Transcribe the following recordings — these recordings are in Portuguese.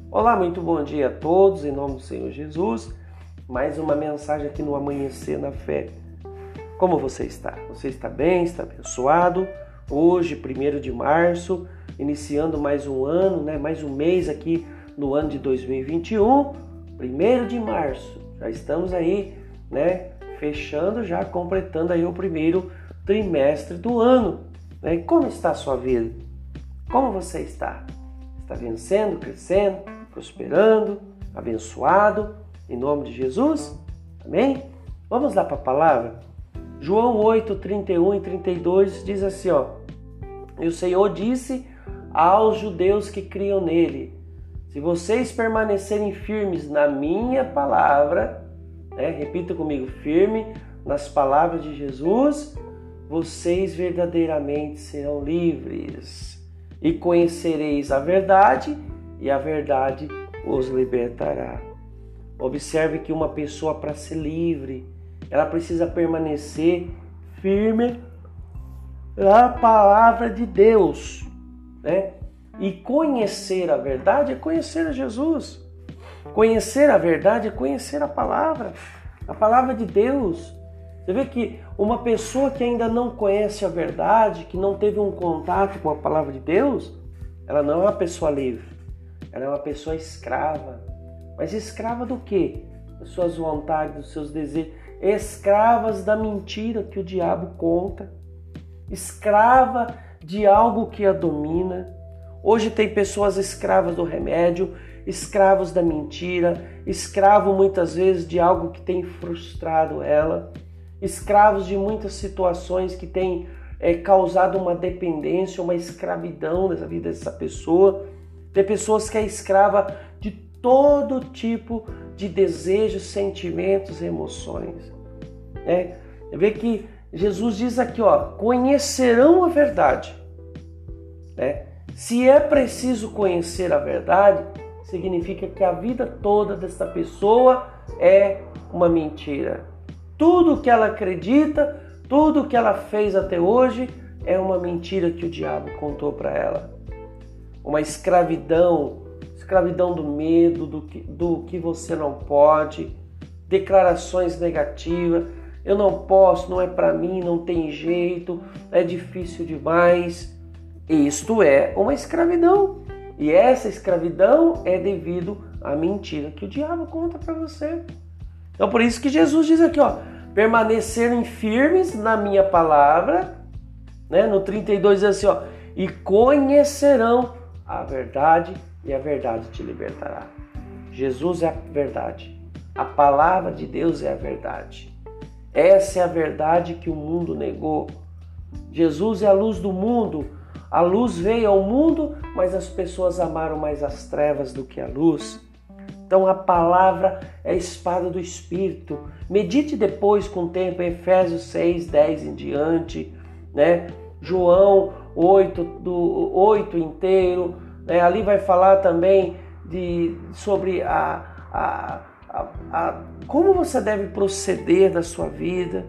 Olá, muito bom dia a todos, em nome do Senhor Jesus. Mais uma mensagem aqui no Amanhecer na Fé. Como você está? Você está bem? Está abençoado? Hoje, 1º de março, iniciando mais um ano, mais um mês aqui no ano de 2021. 1º de março, já estamos aí, fechando, já completando aí o primeiro trimestre do ano. Como está a sua vida? Como você está? Está vencendo, crescendo, prosperando, abençoado, em nome de Jesus? Amém? Vamos lá para a palavra? João 8, 31 e 32 diz assim, E o Senhor disse aos judeus que criam nele, se vocês permanecerem firmes na minha palavra, repita comigo, firme nas palavras de Jesus, vocês verdadeiramente serão livres e conhecereis a verdade e a verdade os libertará. Observe que uma pessoa, para ser livre, ela precisa permanecer firme na palavra de Deus, E conhecer a verdade é conhecer a Jesus. Conhecer a verdade é conhecer a palavra de Deus. Você vê que uma pessoa que ainda não conhece a verdade, que não teve um contato com a palavra de Deus, ela não é uma pessoa livre. Ela é uma pessoa escrava. Mas escrava do quê? Das suas vontades, dos seus desejos. Escravas da mentira que o diabo conta. Escrava de algo que a domina. Hoje tem pessoas escravas do remédio, escravos da mentira, escravo muitas vezes de algo que tem frustrado ela, escravos de muitas situações que têm causado uma dependência, uma escravidão nessa vida dessa pessoa. Tem pessoas que é escrava de todo tipo de desejos, sentimentos, emoções. Vê que Jesus diz aqui, conhecerão a verdade. Se é preciso conhecer a verdade, significa que a vida toda dessa pessoa é uma mentira. Tudo que ela acredita, tudo que ela fez até hoje é uma mentira que o diabo contou para ela. Uma escravidão do medo, do que você não pode, declarações negativas, eu não posso, não é para mim, não tem jeito, é difícil demais. Isto é uma escravidão. E essa escravidão é devido à mentira que o diabo conta para você. Então por isso que Jesus diz aqui, permanecerem firmes na minha palavra, no 32 diz assim, e conhecerão a verdade e a verdade te libertará. Jesus é a verdade. A palavra de Deus é a verdade. Essa é a verdade que o mundo negou. Jesus é a luz do mundo. A luz veio ao mundo, mas as pessoas amaram mais as trevas do que a luz. Então a palavra é a espada do Espírito. Medite depois com o tempo, Efésios 6, 10 em diante, João 8 inteiro. Ali vai falar também sobre como você deve proceder na sua vida,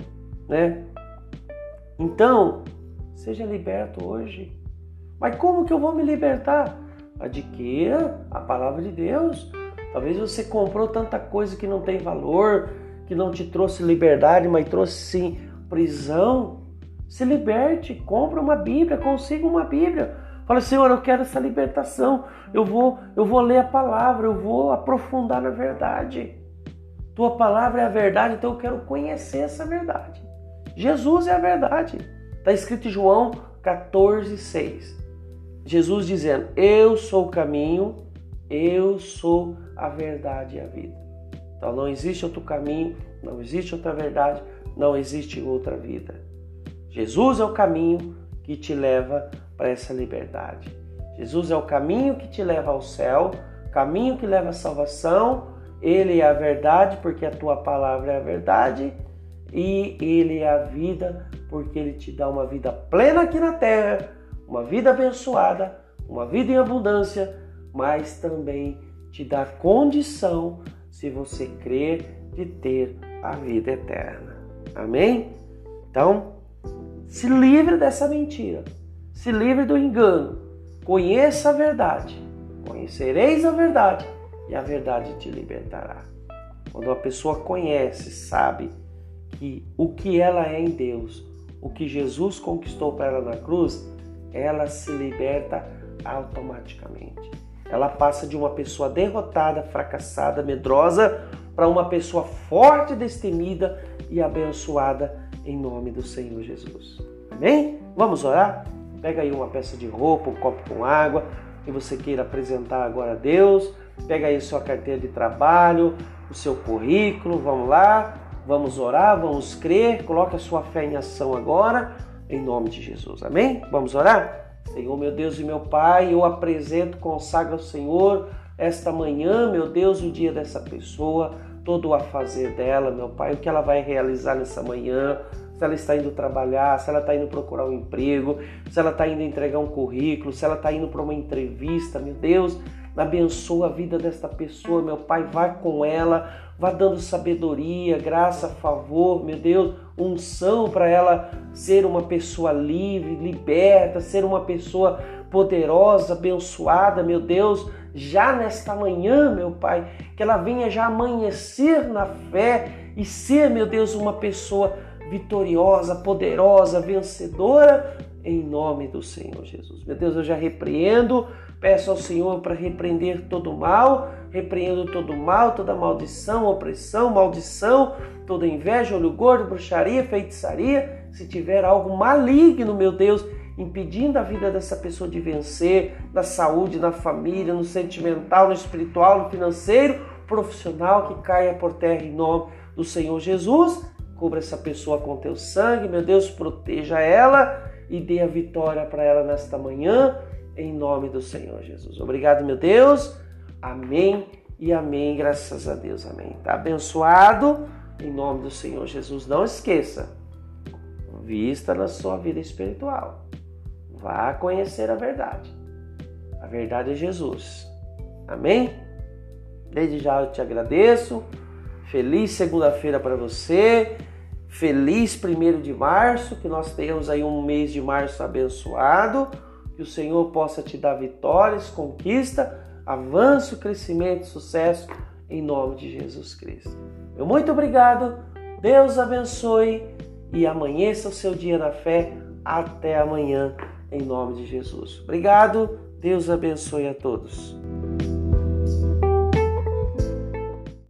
Então, seja liberto hoje. Mas como que eu vou me libertar? Adquira a palavra de Deus. Talvez você comprou tanta coisa que não tem valor, que não te trouxe liberdade, mas trouxe sim prisão. Se liberte, compra uma Bíblia, consiga uma Bíblia. Fala, Senhor, eu quero essa libertação. Eu vou ler a palavra, eu vou aprofundar na verdade. Tua palavra é a verdade, então eu quero conhecer essa verdade. Jesus é a verdade. Está escrito em João 14, 6. Jesus dizendo, eu sou o caminho, eu sou a verdade e a vida. Então não existe outro caminho, não existe outra verdade, não existe outra vida. Jesus é o caminho que te leva para essa liberdade. Jesus é o caminho que te leva ao céu, caminho que leva à salvação. Ele é a verdade, porque a tua palavra é a verdade. E Ele é a vida, porque Ele te dá uma vida plena aqui na terra, uma vida abençoada, uma vida em abundância, mas também te dá condição, se você crer, de ter a vida eterna. Amém? Então, se livre dessa mentira, se livre do engano, conheça a verdade, Conhecereis a verdade e a verdade te libertará. Quando uma pessoa conhece, sabe que o que ela é em Deus, o que Jesus conquistou para ela na cruz, ela se liberta automaticamente. Ela passa de uma pessoa derrotada, fracassada, medrosa, para uma pessoa forte, destemida e abençoada em nome do Senhor Jesus. Amém? Vamos orar? Pega aí uma peça de roupa, um copo com água, que você queira apresentar agora a Deus. Pega aí sua carteira de trabalho, o seu currículo, vamos lá. Vamos orar, vamos crer, coloque a sua fé em ação agora, em nome de Jesus. Amém? Vamos orar? Senhor, meu Deus e meu Pai, eu apresento, consagro ao Senhor esta manhã, meu Deus, o dia dessa pessoa, todo o afazer dela, meu Pai, o que ela vai realizar nessa manhã, se ela está indo trabalhar, se ela está indo procurar um emprego, se ela está indo entregar um currículo, se ela está indo para uma entrevista, meu Deus, abençoa a vida desta pessoa, meu Pai, vai com ela, vá dando sabedoria, graça, favor, meu Deus, unção para ela ser uma pessoa livre, liberta, ser uma pessoa poderosa, abençoada, meu Deus, já nesta manhã, meu Pai, que ela venha já amanhecer na fé e ser, meu Deus, uma pessoa vitoriosa, poderosa, vencedora, em nome do Senhor Jesus. Meu Deus, eu já repreendo, peço ao Senhor para repreender todo mal, repreendo todo mal, toda maldição, opressão, maldição, toda inveja, olho gordo, bruxaria, feitiçaria, se tiver algo maligno, meu Deus, impedindo a vida dessa pessoa de vencer, na saúde, na família, no sentimental, no espiritual, no financeiro, profissional, que caia por terra em nome do Senhor Jesus. Cubra essa pessoa com teu sangue, meu Deus, proteja ela e dê a vitória para ela nesta manhã, em nome do Senhor Jesus. Obrigado, meu Deus. Amém e amém. Graças a Deus. Amém. Tá abençoado em nome do Senhor Jesus. Não esqueça, vista na sua vida espiritual. Vá conhecer a verdade. A verdade é Jesus. Amém? Desde já eu te agradeço. Feliz segunda-feira para você. Feliz 1º de março. Que nós tenhamos aí um mês de março abençoado. Que o Senhor possa te dar vitórias, conquista, avanço, crescimento, sucesso, em nome de Jesus Cristo. Meu muito obrigado, Deus abençoe e amanheça o seu dia na fé. Até amanhã, em nome de Jesus. Obrigado, Deus abençoe a todos.